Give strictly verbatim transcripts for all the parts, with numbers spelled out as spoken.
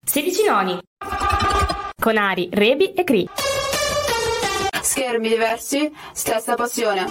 sedici noni con Ari, Rebi e Cri. Schermi diversi, stessa passione.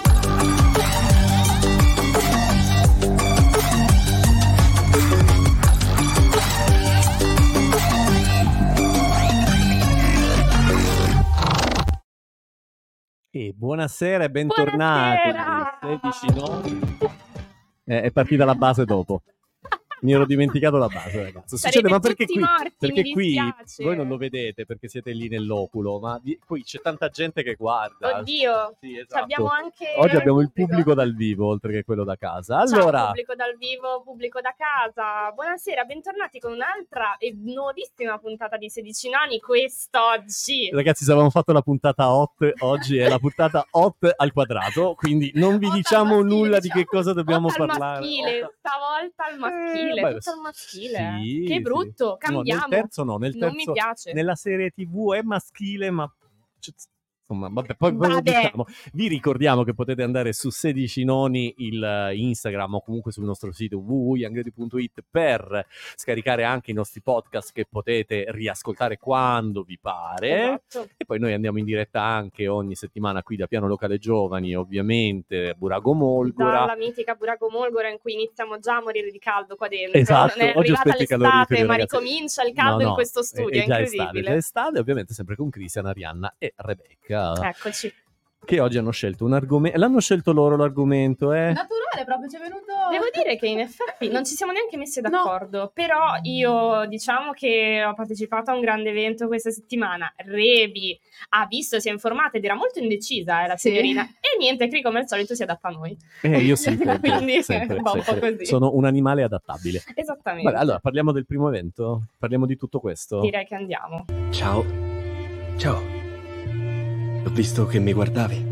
E buonasera e bentornati. Buonasera. sedici noni. Eh, è partita la base dopo. Mi ero dimenticato la base, ragazzi. Succede, ma perché tutti qui, morti, perché mi qui dispiace. voi non lo vedete perché siete lì nell'oculo, ma vi- qui c'è tanta gente che guarda. Oddio, Sì, Ci esatto. abbiamo anche Oggi abbiamo il pubblico dal vivo oltre che quello da casa. Allora, Ciao pubblico dal vivo, pubblico da casa. Buonasera, bentornati con un'altra e nuovissima puntata di sedici noni quest'oggi. ragazzi, se avevamo fatto la puntata hot, oggi è la puntata hot al quadrato, quindi non vi Hot al diciamo maschile, nulla diciamo. di che cosa dobbiamo Hot al parlare. maschile, Hot- stavolta al maschile, Eh, beh, tutto al maschile. sì, Che sì. brutto, No, cambiamo. nel terzo no, nel terzo, Non mi piace. nella serie tivù è maschile, ma c- insomma, vabbè, poi, poi lo Vabbè. diciamo. Vi ricordiamo che potete andare su sedici noni il eh, Instagram o comunque sul nostro sito w w w punto youngrady punto it per scaricare anche i nostri podcast che potete riascoltare quando vi pare. Esatto. E poi noi andiamo in diretta anche ogni settimana qui da Piano Locale Giovani, ovviamente Burago Molgora. Dalla mitica Burago Molgora in cui iniziamo già a morire di caldo qua dentro. Esatto, Non è oggi arrivata aspetta i l'estate, caloriferi, ma ragazzi. ricomincia il caldo No, no, in questo studio, è, è, è già estate, incredibile. già estate, ovviamente sempre con Cristian, Arianna e Rebecca, Eccoci. che oggi hanno scelto un argomento. L'hanno scelto loro l'argomento, eh? Naturale proprio, ci è venuto... Devo dire che in effetti non ci siamo neanche messi d'accordo, però io diciamo che ho partecipato a un grande evento questa settimana. Rebi ha visto, si è informata ed era molto indecisa, eh, la Sì. signorina. E niente, qui come al solito si adatta a noi. Eh, io sì, sempre, Quindi sempre, va un po' sempre. così. Sono un animale adattabile. Esattamente. Vabbè, allora parliamo del primo evento? Parliamo di tutto questo? Direi che andiamo. Ciao. Ciao. Ho visto che mi guardavi.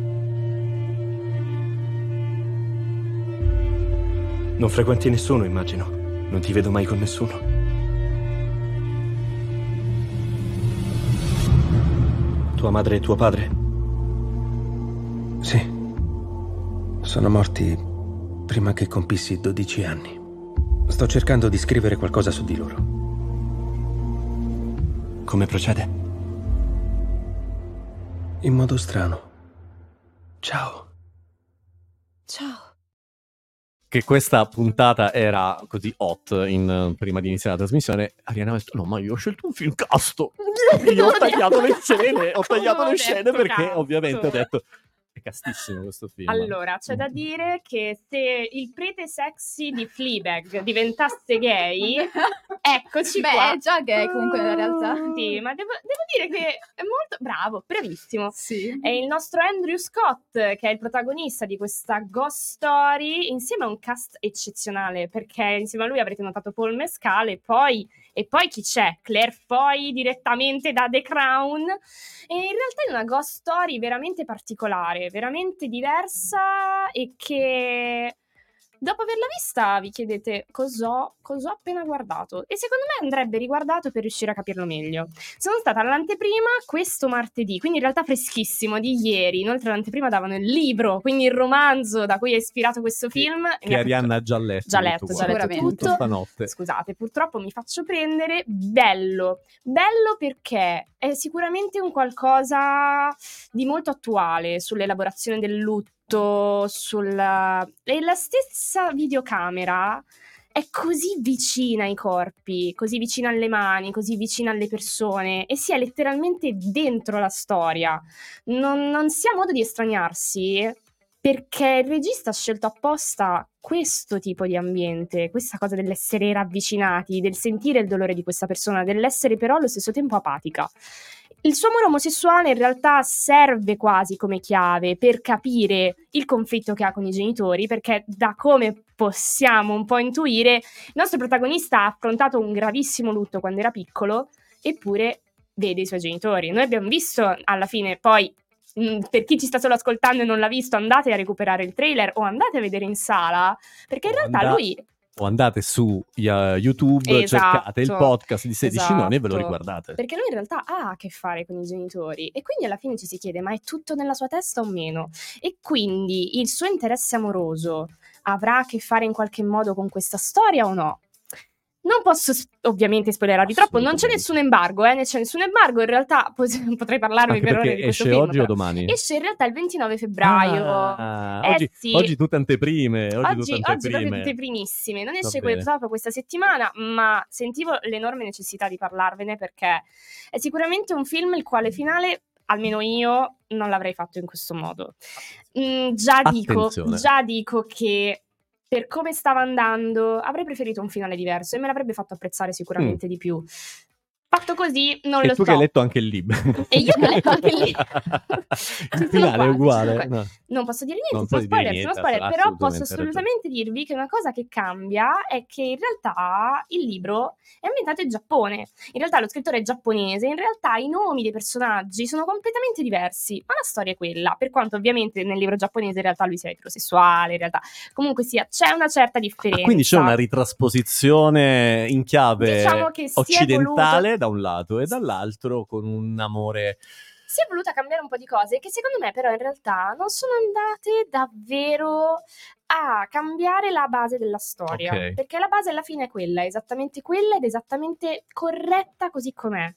Non frequenti nessuno, immagino. Non ti vedo mai con nessuno. Tua madre e tuo padre? Sì. Sono morti prima che compissi dodici anni. Sto cercando di scrivere qualcosa su di loro. Come procede? In modo strano. Ciao. Ciao. Che questa puntata era così hot in, prima di iniziare la trasmissione, Arianna ha detto no, ma io ho scelto un film casto. Io ho tagliato le scene, ho tagliato Ho le scene detto perché casto. ovviamente ho detto è castissimo questo film. Allora, c'è da dire che se il prete sexy di Fleabag diventasse gay, eccoci Beh, qua. è già gay comunque nella realtà. Sì, ma devo, devo dire che è molto bravo, bravissimo. Sì. È il nostro Andrew Scott che è il protagonista di questa ghost story insieme a un cast eccezionale, perché insieme a lui avrete notato Paul Mescal e poi, e poi chi c'è? Claire Foy direttamente da The Crown. E in realtà è una ghost story veramente particolare, veramente diversa e che dopo averla vista vi chiedete cos'ho, cos'ho appena guardato, e secondo me andrebbe riguardato per riuscire a capirlo meglio. Sono stata all'anteprima questo martedì, quindi in realtà freschissimo, di ieri. Inoltre all'anteprima davano il libro, quindi il romanzo da cui è ispirato questo film. E mi Che ha Arianna ha già letto. Già tutto letto, già quanto, letto Sicuramente. tutto tutto. stanotte. Scusate, purtroppo mi faccio prendere. Bello, bello perché è sicuramente un qualcosa di molto attuale sull'elaborazione del lutto, sulla... e la stessa videocamera è così vicina ai corpi, così vicina alle mani, così vicina alle persone, e si è letteralmente dentro la storia. Non, non si ha modo di estraniarsi, perché il regista ha scelto apposta questo tipo di ambiente, questa cosa dell'essere ravvicinati, del sentire il dolore di questa persona, dell'essere però allo stesso tempo apatica. Il suo amore omosessuale in realtà serve quasi come chiave per capire il conflitto che ha con i genitori, perché da come possiamo un po' intuire, il nostro protagonista ha affrontato un gravissimo lutto quando era piccolo, eppure vede i suoi genitori. Noi abbiamo visto alla fine, poi per chi ci sta solo ascoltando e non l'ha visto, andate a recuperare il trailer o andate a vedere in sala, perché in O realtà andate- lui... O andate su uh, YouTube, Esatto, cercate il podcast di sedici noni e ve lo esatto. riguardate. Perché lui in realtà ha a che fare con i genitori, e quindi alla fine ci si chiede: ma è tutto nella sua testa o meno? E quindi il suo interesse amoroso avrà a che fare in qualche modo con questa storia o no? Non posso s- ovviamente spoilerarvi troppo, non c'è nessun embargo, eh, non c'è nessun embargo, in realtà pos- potrei parlarvi Anche per ore perché di questo esce film. oggi o però. domani? Esce in realtà il ventinove febbraio. Ah, eh oggi, sì, oggi tutte anteprime, oggi, oggi, tutte oggi proprio anteprime. tutte primissime, non Va esce que- bene. proprio questa settimana, ma sentivo l'enorme necessità di parlarvene perché è sicuramente un film il quale finale, almeno io, non l'avrei fatto in questo modo. Mm, già dico, Attenzione. già dico che per come stava andando avrei preferito un finale diverso e me l'avrebbe fatto apprezzare sicuramente di più. Fatto così, non E lo tu so. che hai letto anche il libro. E io che ho letto anche il libro. Il finale è uguale. No. Non posso dire niente, Non sono puoi dire spoiler, sono niente, spoiler, ass- però posso assolutamente, hai ragione. assolutamente dirvi che una cosa che cambia è che in realtà il libro è ambientato in Giappone. In realtà lo scrittore è giapponese, in realtà i nomi dei personaggi sono completamente diversi, ma la storia è quella, per quanto ovviamente nel libro giapponese in realtà lui sia eterosessuale, in realtà comunque sia, c'è una certa differenza. Ah, quindi c'è una ritrasposizione in chiave Diciamo che si è occidentale voluto- da un lato e dall'altro con un amore. Si è voluta cambiare un po' di cose che secondo me però in realtà non sono andate davvero a cambiare la base della storia, Ok. perché la base alla fine è quella, è esattamente quella ed esattamente corretta così com'è.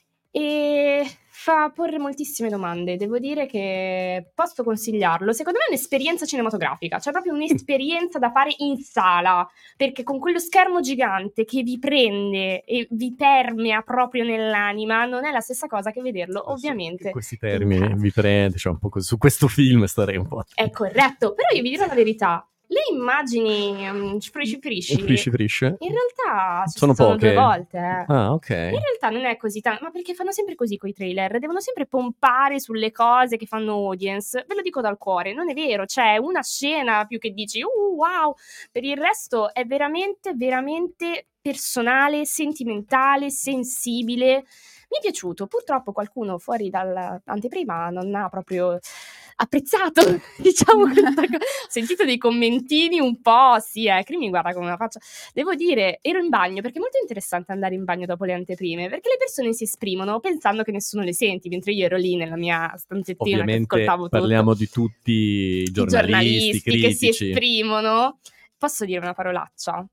E fa porre moltissime domande, devo dire che posso consigliarlo. Secondo me è un'esperienza cinematografica, cioè proprio un'esperienza da fare in sala, perché con quello schermo gigante che vi prende e vi permea proprio nell'anima non è la stessa cosa che vederlo, ovviamente. Questi in termini casa. vi prende, cioè un po' così. Su questo film starei un po'. È corretto, però io vi dirò la verità. Le immagini um, frisci frisci Frisci frisce? in realtà ci Sono sono poche? due volte. eh. Ah, ok. In realtà non è così tanto, ma perché fanno sempre così coi trailer, devono sempre pompare sulle cose che fanno audience. Ve lo dico dal cuore, non è vero, c'è una scena più che dici uh wow, per il resto è veramente veramente personale, sentimentale, sensibile. Mi è piaciuto, purtroppo qualcuno fuori dall'anteprima non ha proprio apprezzato, diciamo questa cosa. Ho sentito dei commentini un po', sì, eh, Cri mi guarda con una faccia. Devo dire, ero in bagno, perché è molto interessante andare in bagno dopo le anteprime, perché le persone si esprimono pensando che nessuno le senti, mentre io ero lì nella mia stanzettina che Ovviamente ascoltavo tutto. parliamo di tutti i I giornalisti, giornalisti che si critici. esprimono. Posso dire una parolaccia?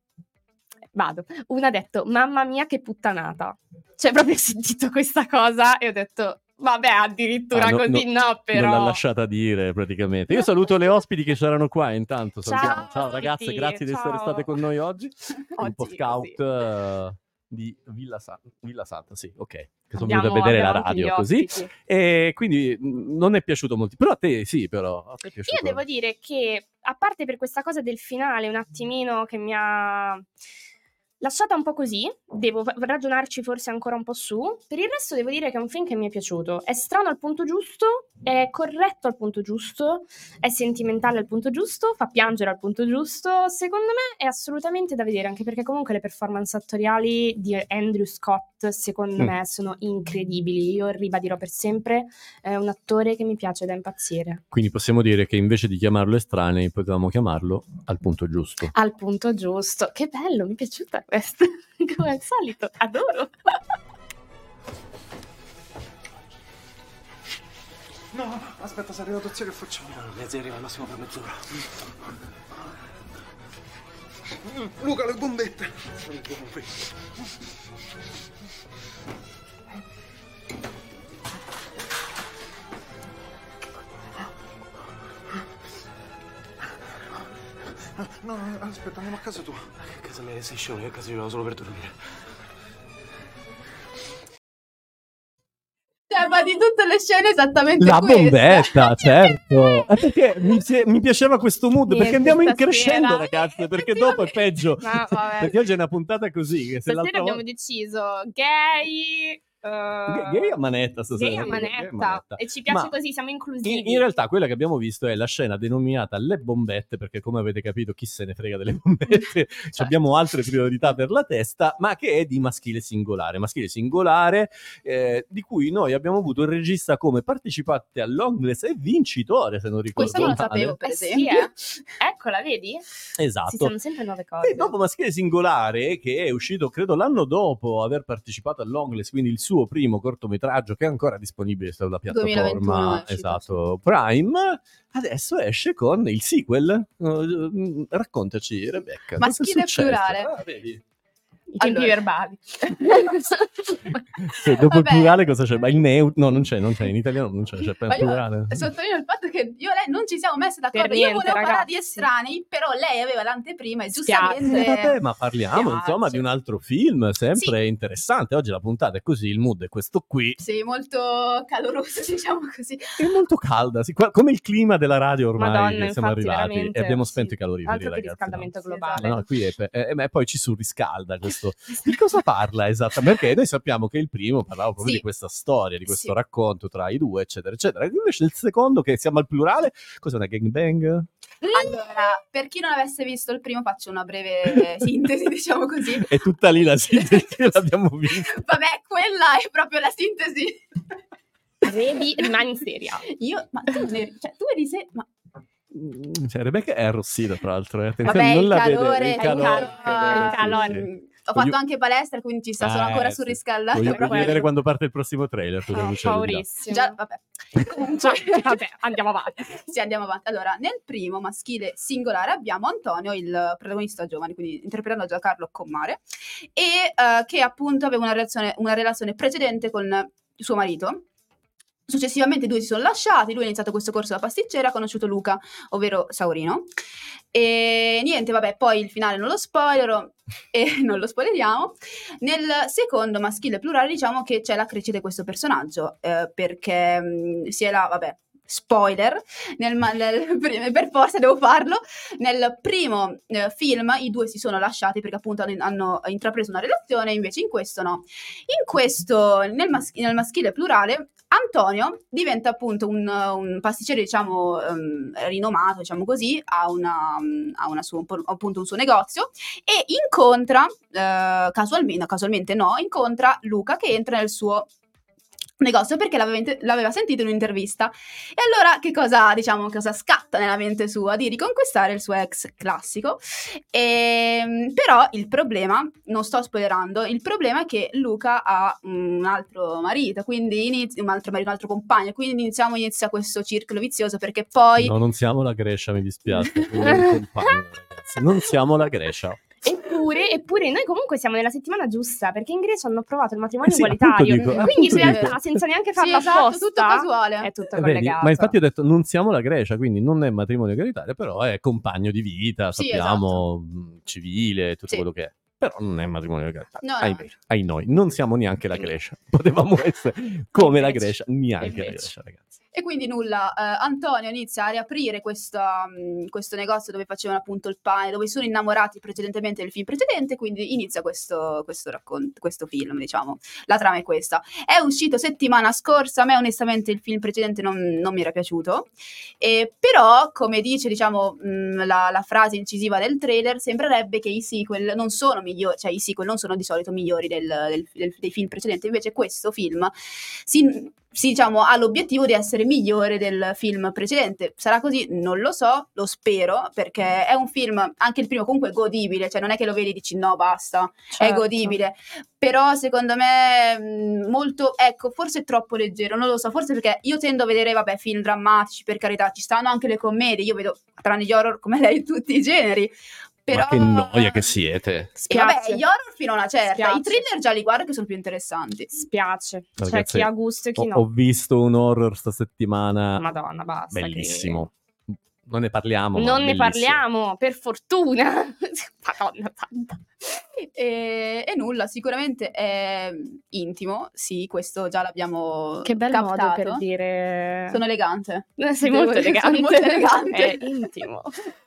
Vado. Una ha detto, mamma mia che puttanata. Cioè proprio ho sentito questa cosa e ho detto, vabbè, addirittura Ah, no, così no, no, però. Non l'ha lasciata dire praticamente. Io saluto le ospiti che c'erano qua intanto. Ciao, salutiamo. Ciao ospiti, ragazze, grazie di essere ciao. state con noi oggi. Un po' Oggi, scout così. eh, di Villa, Sa- Villa Santa, sì, ok. Che sono Abbiamo- venuti a vedere la abbiamo anche radio gli così. ospiti. E quindi mh, non è piaciuto molto. Però a te sì, però. A te è piaciuto. Io devo dire che, a parte per questa cosa del finale, un attimino che mi ha lasciata un po' così, devo v- ragionarci forse ancora un po' su. Per il resto devo dire che è un film che mi è piaciuto. È strano al punto giusto, è corretto al punto giusto, è sentimentale al punto giusto, fa piangere al punto giusto. Secondo me è assolutamente da vedere, anche perché comunque le performance attoriali di Andrew Scott, secondo Mm. me, sono incredibili. Io ribadirò per sempre, è un attore che mi piace da impazzire. Quindi possiamo dire che invece di chiamarlo estranei, potevamo chiamarlo al punto giusto. Al punto giusto. Che bello, mi è piaciuta questa. Come al solito, adoro. No, aspetta, sei arrivato zio, che facciamo? Le zia arriva al massimo per mezz'ora. Luca, le bombette! No, no, aspetta, andiamo a casa tua. A casa mia sei scemo, io a casa io vado solo per dormire. Cioè, ma di tutte le scene esattamente La questa. bombetta, certo. È perché mi, si- mi piaceva questo mood, Niente, perché andiamo in stasera. crescendo, ragazze, perché dopo è peggio. Ma vabbè. Perché oggi è una puntata così, che se Stasera l'altra abbiamo volta... deciso gay. uh, Gay- gay a manetta stasera. Gay a Gay a manetta. manetta. E ci piace Ma così, siamo inclusivi. In, in realtà quella che abbiamo visto è la scena denominata Le bombette, perché come avete capito chi se ne frega delle bombette, ci abbiamo altre priorità per la testa, ma che è di Maschile Singolare. Maschile Singolare, eh, di cui noi abbiamo avuto il regista come partecipante all'Ongless e vincitore, se non ricordo Questa non la male. sapevo, per Eh sì, esempio. eh. Eccola, vedi? Esatto. Si sanno sempre nuove cose. E dopo Maschile Singolare, che è uscito credo l'anno dopo aver partecipato all'Ongless, quindi il suo primo cortometraggio che è ancora disponibile sulla piattaforma duemilaventuno è uscito, esatto, Prime, adesso esce con il sequel. Uh, raccontaci, Rebecca. cosa è Maschile successo? plurale. Ah, vedi? I tempi Allora. verbali. Cioè, dopo il Vabbè. plurale cosa c'è? Ma il neutro? No, non c'è, non c'è, in italiano non c'è, c'è per Ma il io plurale. sottolineo il fatto che io e lei non ci siamo messe d'accordo. Per Io niente, volevo parlare di ragazzi. estranei, però lei aveva l'anteprima e Spiace. giustamente... Eh, vabbè, ma parliamo Spiace. insomma di un altro film sempre Sì. interessante. Oggi la puntata è così, il mood è questo qui. Sì, molto caloroso, diciamo così. È molto calda, sì, qua- come il clima della radio ormai Madonna, che siamo infatti, arrivati veramente, e abbiamo sì. spento i caloriferi, Altro che ragazzi. riscaldamento no? globale. No, no, qui è, pe- eh, ma poi ci surriscalda questo. Di cosa parla esattamente? Perché noi sappiamo che il primo parlava proprio Sì. di questa storia, di questo Sì. racconto tra i due, eccetera, eccetera. Invece il secondo, che siamo al plurale, cos'è una gangbang? Allora, per chi non avesse visto il primo, faccio una breve sintesi, diciamo così. È tutta lì la sintesi, l'abbiamo vista. Vabbè, quella è proprio la sintesi. Vedi, rimani seria. Io, ma tu, non eri- cioè, tu eri se... Ma... Mm, Cioè, Rebecca è arrossita, tra l'altro. eh. Attenzione, Vabbè, non il la calore, vede. il calore, il calore. sì, sì. Ho Voglio- fatto anche palestra, quindi ci sta, sono Eh, ancora sì. surriscaldata. Voglio, però- voglio vedere quando parte il prossimo trailer. cosa Oh, succede di là. paurissimo. Già, vabbè. Cioè, vabbè, andiamo avanti. Sì, andiamo avanti. Allora, nel primo maschile singolare abbiamo Antonio, il protagonista giovane, quindi interpretato da Giancarlo Commare, e eh, che appunto aveva una relazione, una relazione precedente con suo marito. Successivamente i due si sono lasciati, lui ha iniziato questo corso da pasticcera, ha conosciuto Luca, ovvero Saurino, e niente, vabbè, poi il finale non lo spoilerò e non lo spoileriamo. Nel secondo maschile plurale diciamo che c'è la crescita di questo personaggio, eh, perché mh, si è là, vabbè, spoiler, nel, ma- nel- per forza devo farlo, nel primo eh, film i due si sono lasciati perché appunto hanno, hanno intrapreso una relazione, invece in questo no. In questo, nel, mas- nel maschile plurale, Antonio diventa appunto un, un pasticcere, diciamo, ehm, rinomato, diciamo così, ha, una, ha una sua- appunto un suo negozio e incontra, eh, casualmente, no, casualmente no, incontra Luca che entra nel suo negozio perché l'aveva, int- l'aveva sentito in un'intervista e allora che cosa, diciamo, cosa scatta nella mente sua? Di riconquistare il suo ex classico. E, però il problema, non sto spoilerando, il problema è che Luca ha un altro marito, quindi inizia, un altro marito, un altro compagno, quindi iniziamo, inizia questo circolo vizioso perché poi... No, non siamo la Grecia, mi dispiace. Non è un compagno, ragazzi. Non siamo la Grecia. Eppure, eppure noi comunque siamo nella settimana giusta perché in Grecia hanno approvato il matrimonio Eh sì, egualitario, appunto dico, quindi in appunto realtà dico. senza neanche Sì, farlo esatto, apposta tutto casuale. è tutto Eh, vedi? collegato. Ma infatti ho detto non siamo la Grecia, quindi non è matrimonio egualitario, però è compagno di vita, Sì, sappiamo, mh, civile, tutto Sì. quello che è. Però non è matrimonio egualitario. No, no. Ai, ai noi, non siamo neanche la Grecia. Potevamo essere come la Invece. Grecia, neanche la Invece. Grecia, ragazzi. E quindi nulla, eh, Antonio inizia a riaprire questa, mh, questo negozio dove facevano appunto il pane, dove sono innamorati precedentemente del film precedente, quindi inizia questo, questo racconto, questo film, diciamo. La trama è questa. È uscito settimana scorsa, a me onestamente il film precedente non, non mi era piaciuto, e, però come dice, diciamo, mh, la, la frase incisiva del trailer, sembrerebbe che i sequel non sono migliori, cioè i sequel non sono di solito migliori del, del- del- dei film precedenti, invece questo film si... si, diciamo, ha l'obiettivo di essere migliore del film precedente. Sarà così? Non lo so, lo spero, perché è un film, anche il primo comunque godibile, cioè non è che lo vedi e dici no, basta, è Certo. godibile. Però secondo me mh, molto, ecco, forse è troppo leggero, non lo so, forse perché io tendo a vedere, vabbè, film drammatici, per carità, ci stanno anche le commedie, io vedo, tranne gli horror come lei, tutti i generi. Però... Ma che noia che siete. E Spiace. vabbè, gli horror fino a una certa, Spiace. i thriller già li guardo che sono più interessanti. Spiace, cioè Ragazzi, chi ha gusto e chi Ho, no. ho visto un horror sta settimana. Madonna, basta. Bellissimo. Non ne parliamo. che- ma Non ne bellissimo. parliamo, per fortuna. Madonna santa. E, e nulla, sicuramente è intimo, sì, questo già l'abbiamo Che bel captato. modo per dire... Sono elegante. Sei Devo- molto sono elegante. molto elegante. È intimo.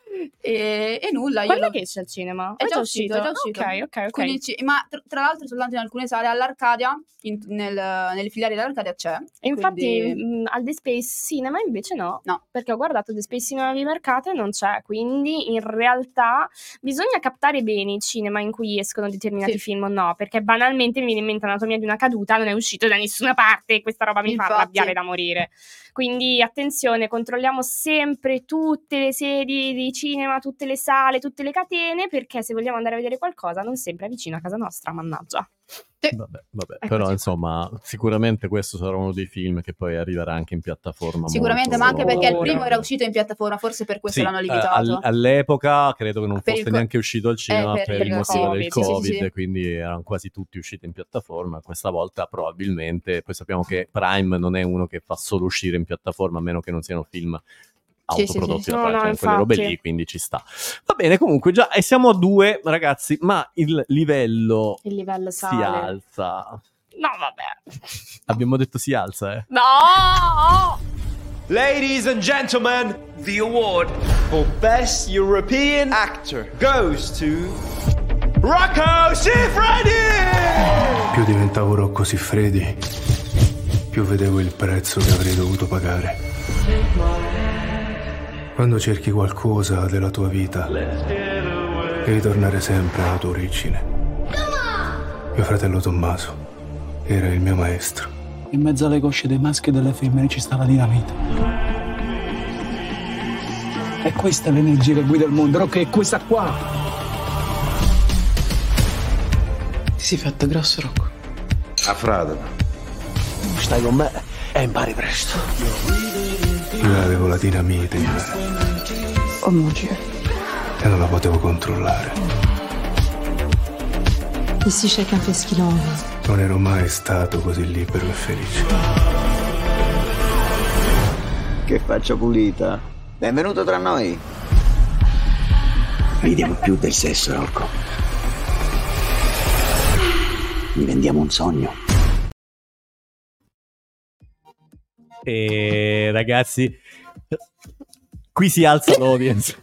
E, e nulla, io Quando lo- è che esce al cinema? È già uscito, è già uscito. Ok, ok, ok. quindi ci- ma tra, tra l'altro soltanto in alcune sale all'Arcadia, in- nel- nelle filiali dell'Arcadia c'è. E infatti quindi- mh, al The Space Cinema invece no, No. perché ho guardato The Space Cinema di mercato e non c'è, quindi in realtà bisogna captare bene i cinema in cui escono determinati Sì. film o no, perché banalmente mi viene in mente Anatomia di una caduta, non è uscito da nessuna parte e questa roba mi fa Infatti. arrabbiare da morire. Quindi attenzione, controlliamo sempre tutte le sedi di cinema, tutte le sale, tutte le catene, perché se vogliamo andare a vedere qualcosa non sempre è vicino a casa nostra, mannaggia. Vabbè, vabbè. Ecco, Però sì. insomma sicuramente questo sarà uno dei film che poi arriverà anche in piattaforma. Sicuramente, molto- ma anche perché il Ora. primo era uscito in piattaforma, forse per questo Sì, l'hanno eh, limitato. al- all'epoca credo che non Per il fosse co- neanche uscito al cinema eh, per per, il il motivo Covid, del sì, sì, Covid, sì. quindi erano quasi tutti usciti in piattaforma. Questa volta probabilmente, poi sappiamo che Prime non è uno che fa solo uscire in piattaforma, a meno che non siano film Sì, sì, autoprodotti sì. da No, Prime, no, cioè quelle robe infatti. lì, quindi ci sta. Va bene, comunque già e siamo a due, ragazzi, ma il livello Il livello si sale. alza. No, vabbè. Abbiamo detto si alza, eh. No! Ladies and gentlemen, the award for Best European Actor goes to Rocco Siffredi! Più diventavo Rocco Siffredi, più vedevo il prezzo che avrei dovuto pagare. Quando cerchi qualcosa della tua vita, devi tornare sempre alla tua origine. Mio fratello Tommaso era il mio maestro. In mezzo alle cosce dei maschi e delle femmine ci sta la dinamite. E questa è l'energia che guida il mondo, Rocco, è questa qua. Ti sei fatto grosso, Rocco? A frate. Stai con me e impari presto. Io avevo la dinamite in me Oh mio Dio. e non la potevo controllare. Ici, chacun fait ce qu'il a envie. Non ero mai stato così libero e felice. Che faccia pulita. Benvenuto tra noi. Vediamo più del sesso, Rocco. Mi vendiamo un sogno. E ragazzi, qui si alza l'audience.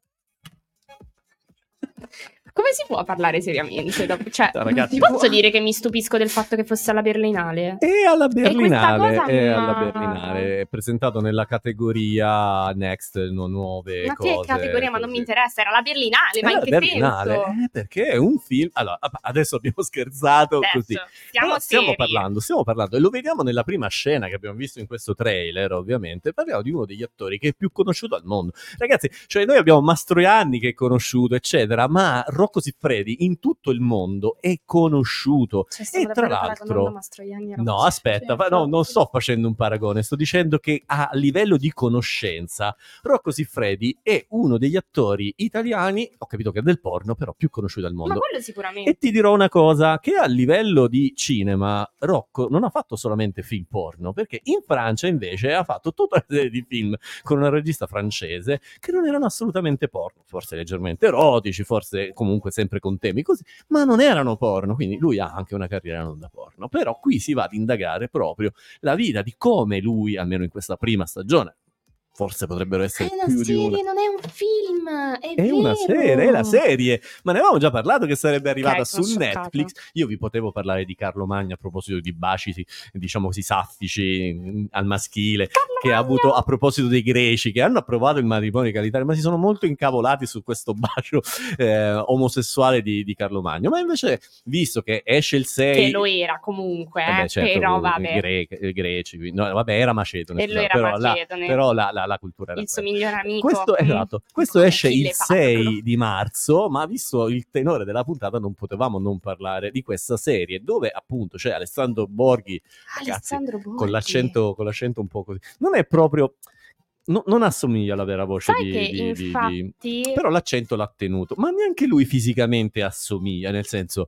Come si può parlare seriamente? Dopo? Cioè, No, ragazzi, ti posso dire che mi stupisco del fatto che fosse alla Berlinale? E alla Berlinale, cosa è ma- alla Berlinale, è presentato nella categoria Next, no, nuove Ma cose. che categoria? Ma non mi così. interessa, era la Berlinale, ma Era in che Berlinale, senso? eh, perché è un film. Allora, adesso abbiamo scherzato Adesso, così. siamo Però stiamo seri. parlando, stiamo parlando, e lo vediamo nella prima scena che abbiamo visto in questo trailer, ovviamente. Parliamo di uno degli attori che è più conosciuto al mondo. Ragazzi, cioè noi abbiamo Mastroianni che è conosciuto, eccetera, ma Rocco Siffredi in tutto il mondo è conosciuto. Cioè, stiamo E tra davvero paragonando l'altro, Mastroianni e Rocco no, Siffredi. aspetta, fa- no, non sto facendo un paragone, sto dicendo che a livello di conoscenza Rocco Siffredi è uno degli attori italiani, ho capito che è del porno, però più conosciuto al Ma mondo. quello sicuramente. E ti dirò una cosa, che a livello di cinema Rocco non ha fatto solamente film porno, perché in Francia invece ha fatto tutta una serie di film con una regista francese che non erano assolutamente porno, forse leggermente erotici, forse comunque sempre con temi così, ma non erano porno, quindi lui ha anche una carriera non da porno. Però qui si va ad indagare proprio la vita di come lui, almeno in questa prima stagione, forse potrebbero essere È una più di serie, una. non è un film, è, È una vero. serie, è la serie, ma ne avevamo già parlato che sarebbe arrivata Ok, sono su scioccata. Netflix. Io vi potevo parlare di Carlo Magno a proposito di baci, sì, diciamo così, saffici mm, al maschile, Carlo che ha Magno! avuto a proposito dei greci che hanno approvato il matrimonio egalitario, ma si sono molto incavolati su questo bacio eh, omosessuale di, di Carlo Magno. Ma invece, visto che esce il sei, Che lo era comunque, eh eh, beh, certo, però i vabbè. gre- i greci, quindi- no, vabbè, era macedone, E lo scusate, era però, la, macedone. però la, la- la cultura era Il suo quella. migliore amico. Questo, Mm. esatto, questo Come esce Achille il Pacro. sei di marzo, ma visto il tenore della puntata non potevamo non parlare di questa serie, dove appunto c'è Alessandro Borghi, ragazzi, Alessandro Borghi. con l'accento, con l'accento un po' così. Non è proprio... no- non assomiglia alla vera voce Sai di, che di- di- di- infatti... Però l'accento l'ha tenuto, ma neanche lui fisicamente assomiglia, nel senso...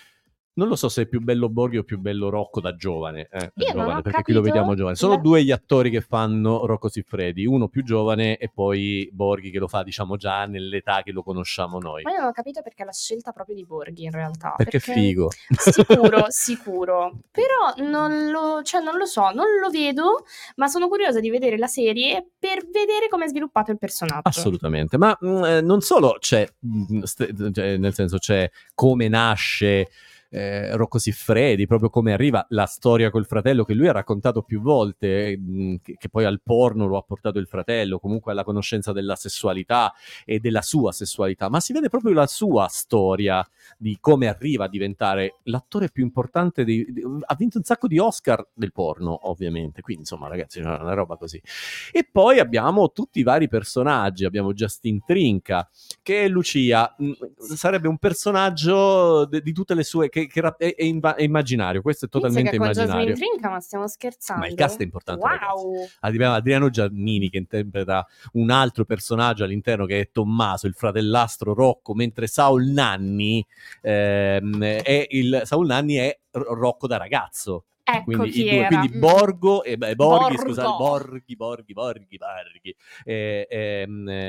Non lo so se è più bello Borghi o più bello Rocco da giovane, eh, da Io non giovane, ho perché qui lo capito vediamo giovane. Sono la- due gli attori che fanno Rocco Siffredi, uno più giovane e poi Borghi che lo fa, diciamo, già nell'età che lo conosciamo noi. Ma io non ho capito perché la scelta proprio di Borghi in realtà. Perché è figo. Sicuro, sicuro. Però non lo, cioè non lo so, non lo vedo, ma sono curiosa di vedere la serie per vedere come è sviluppato il personaggio. Assolutamente, ma mh, eh, non solo c'è, mh, st- cioè, nel senso c'è come nasce eh, Rocco Siffredi, proprio come arriva la storia col fratello che lui ha raccontato più volte, mh, che, che poi al porno lo ha portato il fratello, comunque alla conoscenza della sessualità e della sua sessualità, ma si vede proprio la sua storia di come arriva a diventare l'attore più importante di, di, ha vinto un sacco di Oscar del porno, ovviamente, quindi insomma ragazzi, è una roba così. E poi abbiamo tutti i vari personaggi, abbiamo Justin Trinca, che è Lucia, mh, sarebbe un personaggio de, di tutte le sue, che, che è, è, in, è immaginario, questo è totalmente Pensa che immaginario. Con Jasmine Trinca, ma stiamo scherzando? Ma il cast è importante, wow. Abbiamo Adriano Giannini che interpreta un altro personaggio all'interno che è Tommaso, il fratellastro Rocco, mentre Saul Nanni ehm, è il Saul Nanni è Rocco da ragazzo. Ecco quindi, chi i due, era. quindi Borgo e beh, Borghi, Borgo. scusate, Borghi, Borghi, Borghi, Borghi. E, e,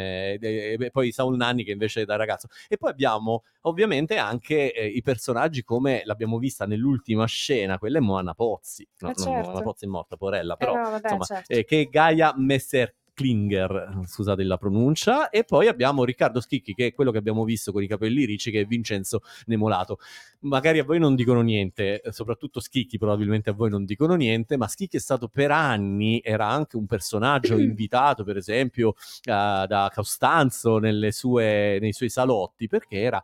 e, e poi Saul Nanni che invece è da ragazzo. E poi abbiamo ovviamente anche eh, i personaggi come l'abbiamo vista nell'ultima scena, quella è Moana Pozzi. No, eh no, certo. Moana Pozzi è morta, porella, però eh no, vabbè, insomma, certo. eh, che è Gaia Messer Klinger, scusate la pronuncia, e poi abbiamo Riccardo Schicchi che è quello che abbiamo visto con i capelli ricci, che è Vincenzo Nemolato. Magari a voi non dicono niente, soprattutto Schicchi probabilmente a voi non dicono niente, ma Schicchi è stato per anni, era anche un personaggio invitato per esempio uh, da Costanzo nelle sue, nei suoi salotti, perché era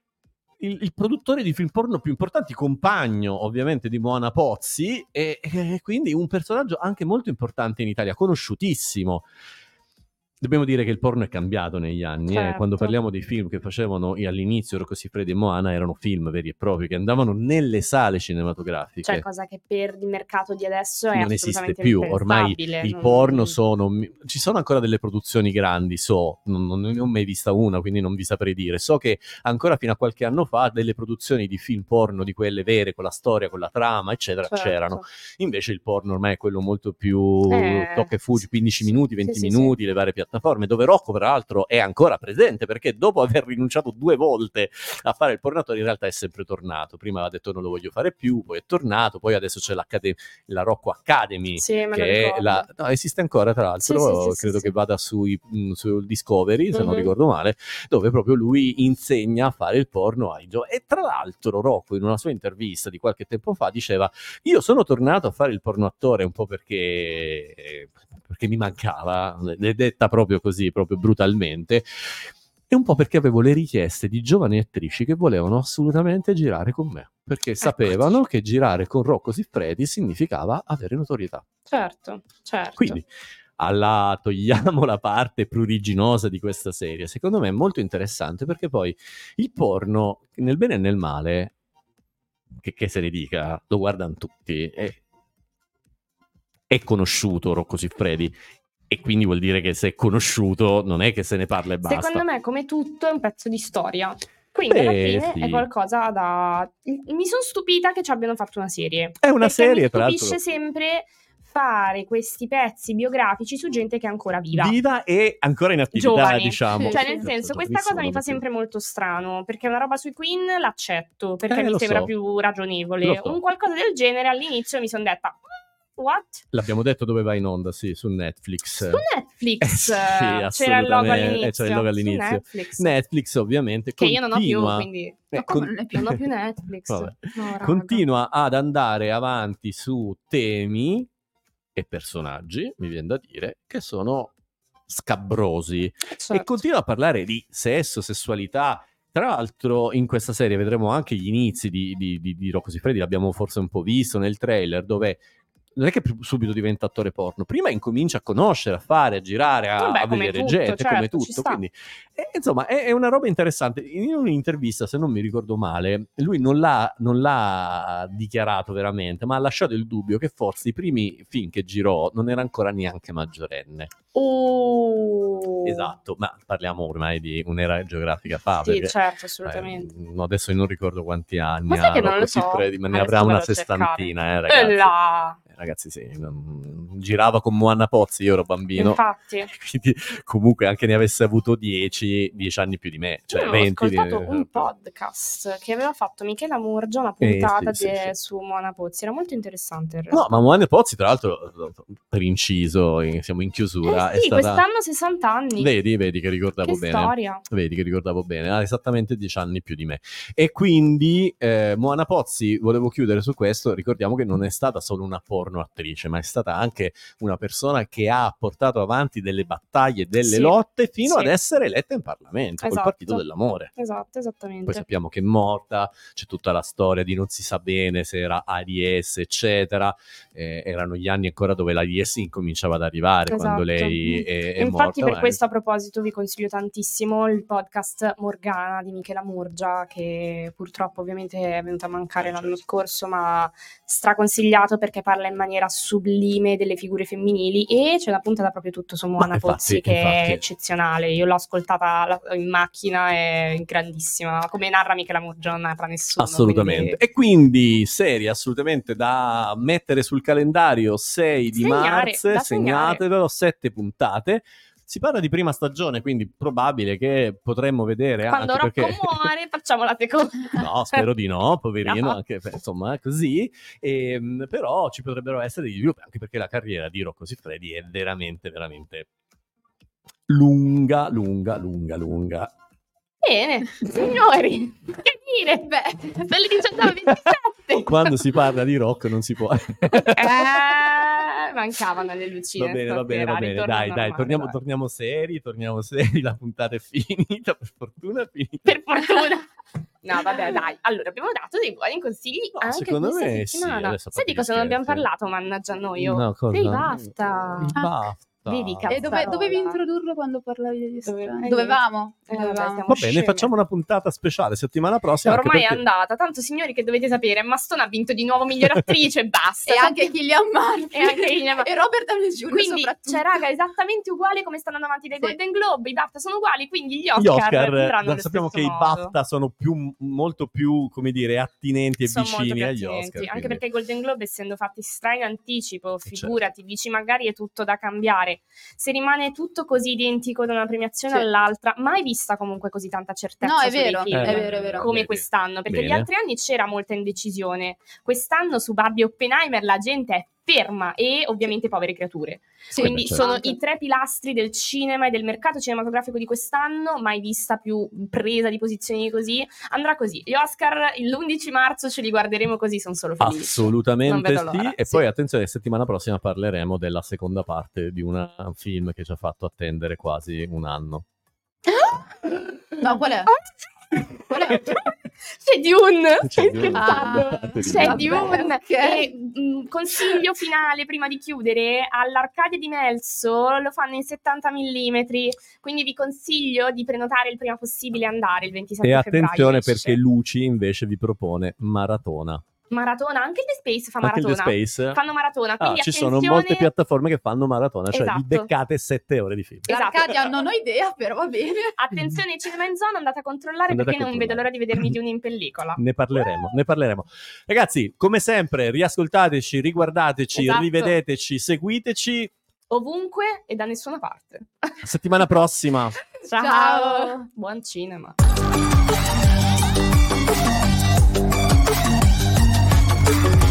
Il, il produttore di film porno più importanti, compagno ovviamente di Moana Pozzi, e, e quindi un personaggio anche molto importante in Italia, conosciutissimo. Dobbiamo dire che il porno è cambiato negli anni, certo. eh? Quando parliamo dei film che facevano all'inizio Rocco Siffredi e Moana, erano film veri e propri che andavano nelle sale cinematografiche. Cioè, cosa che per il mercato di adesso è non esiste assolutamente più, ormai impensabile. il non... porno sono, ci sono ancora delle produzioni grandi, so, non, non ne ho mai vista una, quindi non vi saprei dire, so che ancora fino a qualche anno fa delle produzioni di film porno, di quelle vere, con la storia, con la trama, eccetera, certo. c'erano. Invece il porno ormai è quello molto più eh, tocca e fuggi, quindici minuti, venti sì, minuti, sì, le varie piattaforme, dove Rocco peraltro è ancora presente, perché dopo aver rinunciato due volte a fare il pornatore in realtà è sempre tornato. Prima aveva detto non lo voglio fare più, poi è tornato, poi adesso c'è la Rocco Academy, sì, che è la... no, esiste ancora tra l'altro, sì, sì, sì, credo sì, che sì. vada sui, mh, su Discovery, se mm-hmm. non ricordo male, dove proprio lui insegna a fare il porno ai giovani. E tra l'altro Rocco in una sua intervista di qualche tempo fa diceva: io sono tornato a fare il porno attore un po' perché perché mi mancava, è detta proprio così, proprio brutalmente, e un po' perché avevo le richieste di giovani attrici che volevano assolutamente girare con me, perché sapevano Eccoci. che girare con Rocco Siffredi significava avere notorietà. Certo, certo. Quindi, alla, togliamo la parte pruriginosa di questa serie, secondo me è molto interessante, perché poi il porno, nel bene e nel male, che, che se ne dica, lo guardano tutti, è, è conosciuto Rocco Siffredi, e quindi vuol dire che se è conosciuto non è che se ne parla e basta. Secondo me, come tutto, è un pezzo di storia. Quindi Beh, alla fine sì. è qualcosa da... Mi sono stupita che ci abbiano fatto una serie. È una serie, mi tra l'altro. stupisce sempre fare questi pezzi biografici su gente che è ancora viva. Viva e ancora in attività, giovani. diciamo. Cioè, nel senso, questa cosa mi fa sempre molto strano, perché una roba sui Queen l'accetto, perché eh, mi sembra so. più ragionevole. So. Un qualcosa del genere all'inizio mi sono detta... What? L'abbiamo detto dove va in onda, sì, su Netflix. Su Netflix eh, sì, c'era il logo all'inizio. Eh, c'era il logo all'inizio. Netflix. Netflix, ovviamente, che continua... io non ho più, quindi eh, con... non, più. non ho più Netflix. No, continua ad andare avanti su temi e personaggi, mi viene da dire, che sono scabrosi. Certo. E continua a parlare di sesso, sessualità. Tra l'altro in questa serie vedremo anche gli inizi di, di, di, di Rocco Siffredi, l'abbiamo forse un po' visto nel trailer, dove non è che subito diventa attore porno, prima incomincia a conoscere, a fare, a girare, a, Vabbè, a vedere tutto, gente, certo, come tutto. Quindi, eh, insomma, è, è una roba interessante. In un'intervista, se non mi ricordo male, lui non l'ha, non l'ha dichiarato veramente, ma ha lasciato il dubbio che forse i primi film che girò non era ancora neanche maggiorenne. Oh. Esatto, ma parliamo ormai di un'era geografica fa. Sì, perché, certo, assolutamente. Eh, adesso non ricordo quanti anni ma sai ha che non Rocco lo so? Siffredi, ma ne Adesso avrà una vado a sessantina, eh, cercare. ragazzi. Là. ragazzi, sì, non... girava con Moana Pozzi, io ero bambino. Infatti. Quindi comunque anche ne avesse avuto dieci, dieci anni più di me. Cioè io venti ho ascoltato di... un podcast che aveva fatto Michela Murgia, una puntata Eh, sì, de- sì, sì. su Moana Pozzi. Era molto interessante in realtà. No, ma Moana Pozzi, tra l'altro, per inciso, in- siamo in chiusura. Eh sì, è stata... quest'anno sessanta anni. Vedi, vedi che ricordavo Che bene. storia. Vedi che ricordavo bene, ha esattamente dieci anni più di me. E quindi eh, Moana Pozzi, volevo chiudere su questo, ricordiamo che non è stata solo una porno attrice, ma è stata anche una persona che ha portato avanti delle battaglie, delle Sì, lotte, fino sì. ad essere eletta in Parlamento, Esatto. col Partito dell'Amore. Esatto, esattamente. Poi sappiamo che è morta, c'è tutta la storia di non si sa bene se era AIDS, eccetera. Eh, erano gli anni ancora dove l'AIDS incominciava ad arrivare, quando Esatto. lei è, è Infatti morta. per ma- questo a proposito vi consiglio tantissimo il podcast Morgana di Michela Murgia, che purtroppo ovviamente è venuta a mancare l'anno scorso, ma straconsigliato perché parla in maniera sublime delle figure femminili, e c'è una puntata proprio tutto su Moana infatti, Pozzi che infatti. è eccezionale. Io l'ho ascoltata la- in macchina, è grandissima, come narra Michela Murgia non narra nessuno. Assolutamente. quindi- E quindi serie assolutamente da mettere sul calendario, sei di Segnare, marzo, da segnare. segnatevelo, sette puntate. Si parla di prima stagione, quindi probabile che potremmo vedere Quando anche Rocco perché... muore facciamo la seconda. No, spero di no, poverino, No. anche per- insomma, così. Ehm, però ci potrebbero essere degli sviluppi, anche perché la carriera di Rocco Siffredi è veramente, veramente lunga, lunga, lunga, lunga. Bene, signori, che dire? Beh, per le diciannove e ventisette. Quando si parla di rock non si può... Eh, mancavano le lucine. Va bene, va bene, stasera, va bene. ritorno Dai, normale, dai, torniamo, dai. torniamo seri, torniamo seri. La puntata è finita, per fortuna è finita. Per fortuna. No, vabbè, dai. Allora, abbiamo dato dei buoni consigli No, anche secondo questa me sì, settimana. adesso a Sai parte di gli cosa non abbiamo scherzi. parlato, mannaggia noi? io? No, cosa? Dei BAFTA. Il BAFTA. Vedi, E cazzarola. dove, dovevi introdurlo quando parlavi degli Dove- estranei? eh, Dovevamo? Eh, vabbè, Dovevamo. stiamo Va bene, sceme. facciamo una puntata speciale settimana prossima. anche Ormai è perché- andata. Tanto, signori, che dovete sapere, Emma Stone ha vinto di nuovo miglior attrice e basta. E anche Cillian Murphy. E anche Cillian Murphy. E Robert Downey junior Quindi, soprattutto. cioè, raga, esattamente uguale come stanno andando avanti dei Sì. Golden Globe, i BAFTA sono uguali, quindi gli Oscar, Gli Oscar, andranno eh, allo sappiamo che stesso i modo. BAFTA sono più, molto più, come dire, attinenti e Sono molto vicini più agli attinenti, Oscar. anche quindi- perché i Golden Globe, essendo fatti stra in anticipo, certo. figurati, dici magari è tutto da cambiare. Se rimane tutto così identico da una premiazione Sì. all'altra, mai vista comunque così tanta certezza No, è su dei vero, film, Eh, è vero, è vero. come vedi. quest'anno, perché Bene. gli altri anni c'era molta indecisione. Quest'anno su Barbie e Oppenheimer la gente è ferma, e ovviamente Povere creature. Sì, Quindi beh, certo. sono i tre pilastri del cinema e del mercato cinematografico di quest'anno, mai vista più presa di posizioni così. Andrà così. Gli Oscar l'undici marzo ce li guarderemo così, sono solo felice. Non Assolutamente vedo sì. l'ora, E sì. poi attenzione, settimana prossima parleremo della seconda parte di una- un film che ci ha fatto attendere quasi un anno. No, qual è? Qual è? C'è Dune, C'è stai Dune. scherzando? Ah, C'è vabbè, Dune. ok. E, mh, consiglio finale prima di chiudere: all'Arcadia di Melso lo fanno in settanta millimetri, quindi vi consiglio di prenotare il prima possibile e andare il ventisette E febbraio. attenzione esce. perché Luci invece vi propone Maratona. Maratona, anche il The Space fa Anche il maratona. The Space. Fanno maratona, Ah, quindi ci sono attenzione. molte piattaforme che fanno maratona, cioè Esatto. vi beccate sette ore di film. Esatto. L'Arcadia non ho idea, però va bene. Attenzione, cinema in zona, andate a controllare Andate a perché non vedo controllare. l'ora di vedermi di uno in pellicola. Ne parleremo, ne parleremo. Ragazzi, come sempre, riascoltateci, riguardateci, Esatto. rivedeteci, seguiteci. Ovunque e da nessuna parte. Settimana prossima. Ciao. Ciao. Buon cinema. Thank you.